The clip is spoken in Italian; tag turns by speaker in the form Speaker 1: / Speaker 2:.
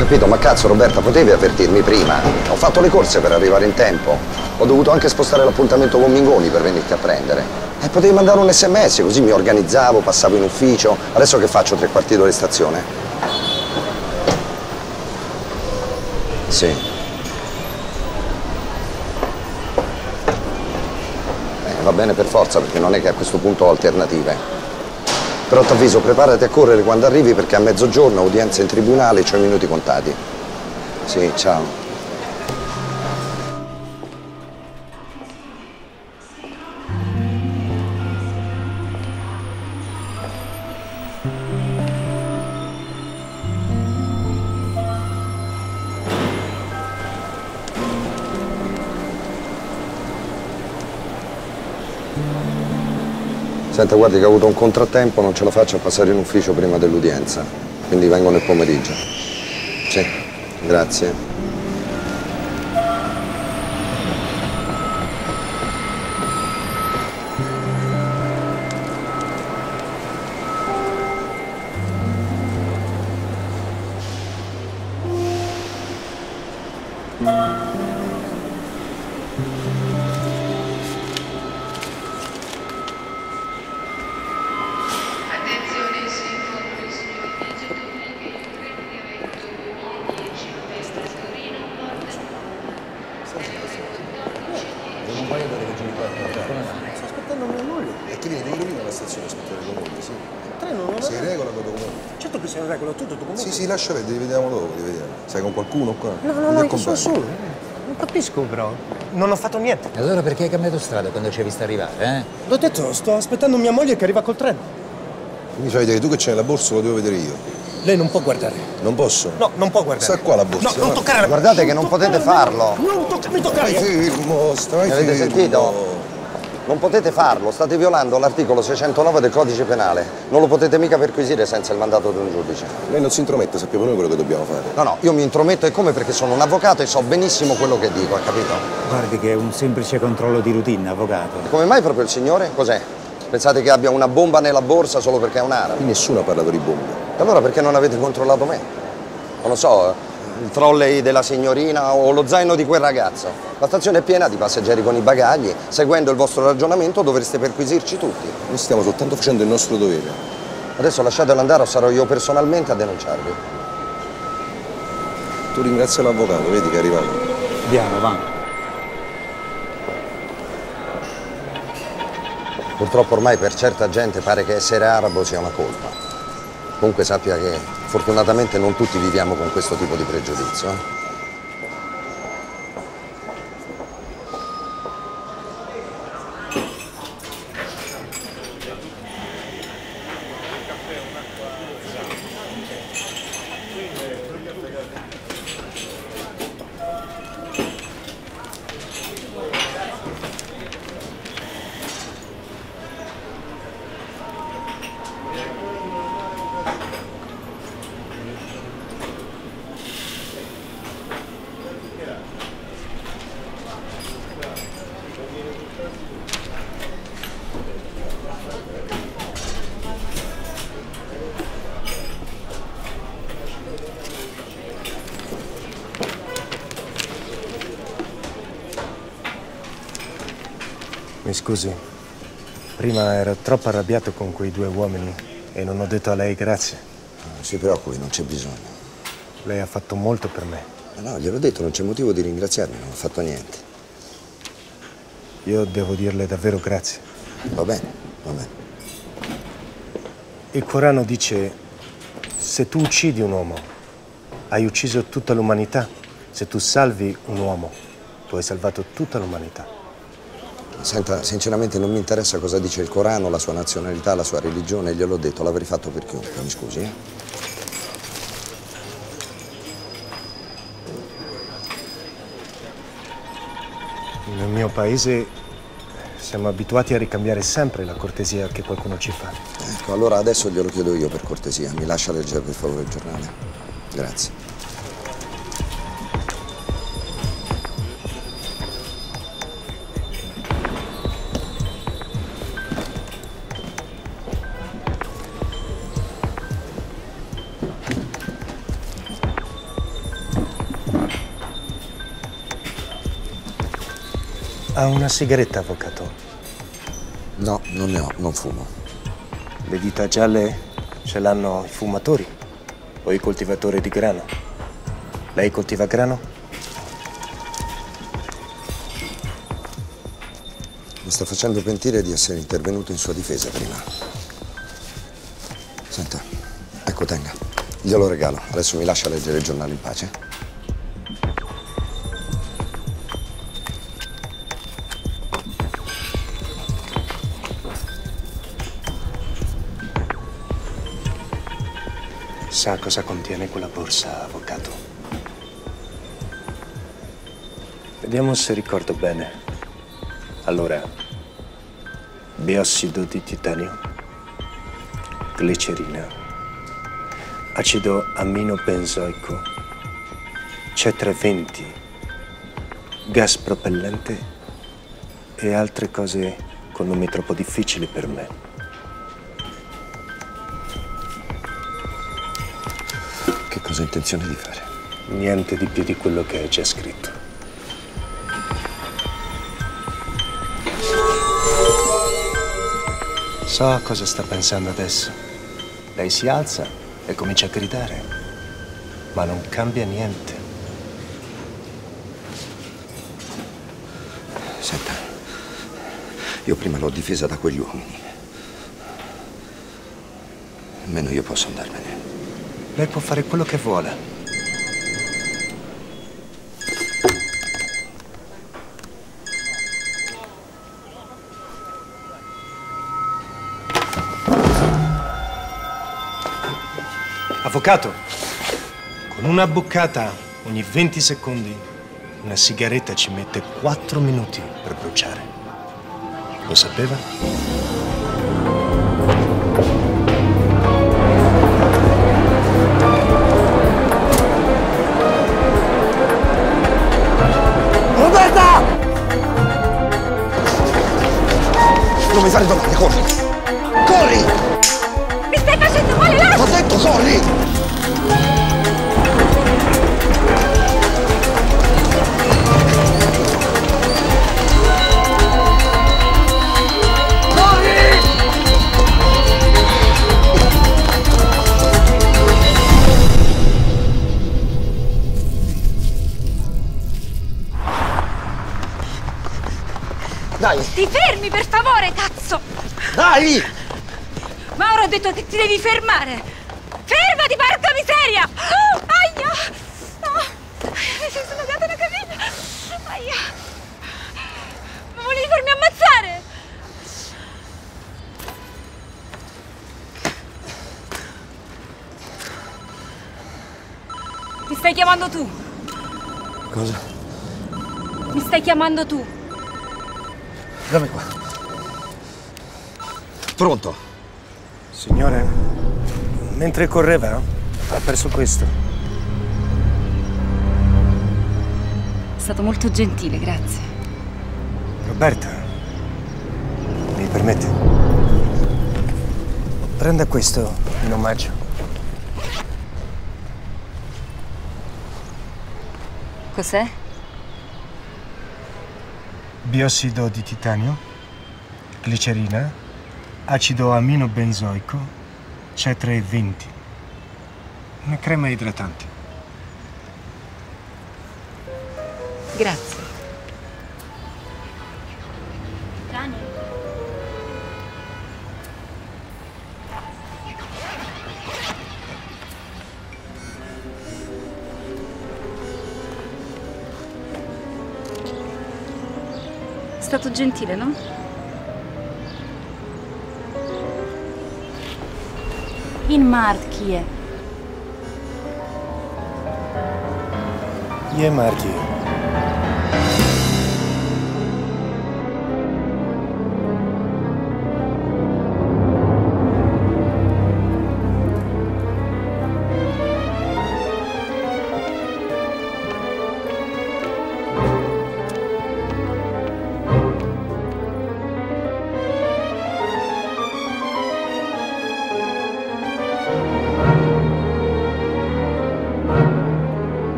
Speaker 1: capito, ma cazzo Roberta, potevi avvertirmi prima? Ho fatto le corse per arrivare in tempo. Ho dovuto anche spostare l'appuntamento con Mingoni per venirti a prendere. E potevi mandare un SMS, così mi organizzavo, passavo in ufficio. Adesso che faccio, 3/4 d'ora di stazione? Sì. Va bene per forza, perché non è che a questo punto ho alternative. Però ti avviso, preparati a correre quando arrivi, perché a mezzogiorno udienza in tribunale, c'ho i minuti contati. Sì, ciao. Senta, guardi che ho avuto un contrattempo, non ce la faccio a passare in ufficio prima dell'udienza, quindi vengo nel pomeriggio. Sì, grazie.
Speaker 2: Sì, lascia perdere, rivediamo dopo, rivediamo. Sei con qualcuno qua?
Speaker 3: No, io sono solo. Non capisco, però. Non ho fatto niente.
Speaker 4: E allora perché hai cambiato strada quando ci hai visto arrivare, eh?
Speaker 3: L'ho detto, sto aspettando mia moglie che arriva col treno.
Speaker 2: Mi fai vedere tu che c'hai la borsa, lo devo vedere io.
Speaker 3: Lei non può guardare.
Speaker 2: Non posso?
Speaker 3: No, non può guardare.
Speaker 2: Sta qua la borsa.
Speaker 3: No, non toccare la...
Speaker 1: Guardate che non potete farlo.
Speaker 3: Non mi toccare!
Speaker 2: Stai fermo, stai fermo.
Speaker 1: Avete sentito? Non potete farlo, state violando l'articolo 609 del codice penale. Non lo potete mica perquisire senza il mandato di un giudice.
Speaker 2: Lei non si intromette, sappiamo noi quello che dobbiamo fare.
Speaker 1: No, io mi intrometto e come, perché sono un avvocato e so benissimo quello che dico, hai capito?
Speaker 4: Guardi che è un semplice controllo di routine, avvocato.
Speaker 1: Come mai proprio il signore? Cos'è? Pensate che abbia una bomba nella borsa solo perché è un arabo?
Speaker 2: Qui nessuno ha parlato di bombe.
Speaker 1: E allora perché non avete controllato me? Non lo so, il trolley della signorina o lo zaino di quel ragazzo. La stazione è piena di passeggeri con i bagagli. Seguendo il vostro ragionamento dovreste perquisirci tutti.
Speaker 2: Noi stiamo soltanto facendo il nostro dovere.
Speaker 1: Adesso lasciatelo andare o sarò io personalmente a denunciarvi.
Speaker 2: Tu ringrazia l'avvocato, vedi che è arrivato.
Speaker 4: Andiamo, va.
Speaker 1: Purtroppo ormai per certa gente pare che essere arabo sia una colpa. Comunque sappia che fortunatamente non tutti viviamo con questo tipo di pregiudizio.
Speaker 3: Mi scusi, prima ero troppo arrabbiato con quei due uomini e non ho detto a lei grazie.
Speaker 1: Non si preoccupi, non c'è bisogno.
Speaker 3: Lei ha fatto molto per me.
Speaker 1: No, gliel'ho detto, non c'è motivo di ringraziarmi, non ho fatto niente.
Speaker 3: Io devo dirle davvero grazie.
Speaker 1: Va bene, va bene.
Speaker 3: Il Corano dice, se tu uccidi un uomo, hai ucciso tutta l'umanità. Se tu salvi un uomo, tu hai salvato tutta l'umanità.
Speaker 1: Senta, sinceramente non mi interessa cosa dice il Corano, la sua nazionalità, la sua religione, gliel'ho detto, l'avrei fatto per chiunque, mi scusi, eh?
Speaker 3: Nel mio paese siamo abituati a ricambiare sempre la cortesia che qualcuno ci fa.
Speaker 1: Ecco, allora adesso glielo chiedo io per cortesia, mi lascia leggere per favore il giornale. Grazie.
Speaker 3: Ha una sigaretta, avvocato?
Speaker 2: No, non ne ho, non fumo.
Speaker 3: Le dita gialle ce l'hanno i fumatori o i coltivatori di grano. Lei coltiva grano?
Speaker 1: Mi sta facendo pentire di essere intervenuto in sua difesa prima. Senta, ecco, tenga. Glielo regalo. Adesso mi lascia leggere il giornale in pace.
Speaker 3: Sa cosa contiene quella borsa, avvocato? Vediamo se ricordo bene. Allora, biossido di titanio, glicerina, acido aminobenzoico, C320, gas propellente e altre cose con nomi troppo difficili per me.
Speaker 1: Che cosa ha intenzione di fare?
Speaker 3: Niente di più di quello che è già scritto. So cosa sta pensando adesso. Lei si alza e comincia a gridare, ma non cambia niente.
Speaker 1: Senta, io prima l'ho difesa da quegli uomini. Almeno io posso andarmene.
Speaker 3: Lei può fare quello che vuole. Avvocato, con una boccata ogni 20 secondi, una sigaretta ci mette 4 minuti per bruciare. Lo sapeva?
Speaker 1: Non mi fare domande, corri! Corri!
Speaker 5: Mi stai facendo male, là!
Speaker 1: T'ho detto, corri! Corri! Dai!
Speaker 5: Ti fermi, per favore, cazzo!
Speaker 1: Dai!
Speaker 5: Ma ora ho detto che ti devi fermare! Fermati, porca miseria! Oh, aia! No! Mi sei slogata la caviglia! Aia! Ma volevi farmi ammazzare! Mi stai chiamando tu!
Speaker 1: Cosa?
Speaker 5: Mi stai chiamando tu!
Speaker 1: Dammi qua. Pronto?
Speaker 3: Signore, mentre correva, ha perso questo.
Speaker 5: È stato molto gentile, grazie.
Speaker 3: Roberta, mi permette? Prenda questo in omaggio.
Speaker 5: Cos'è?
Speaker 3: Biossido di titanio, glicerina, acido aminobenzoico, C320. Una crema idratante.
Speaker 5: Grazie. Gianni? È stato gentile, no? In Mart chi è?
Speaker 3: Chi è Marchi?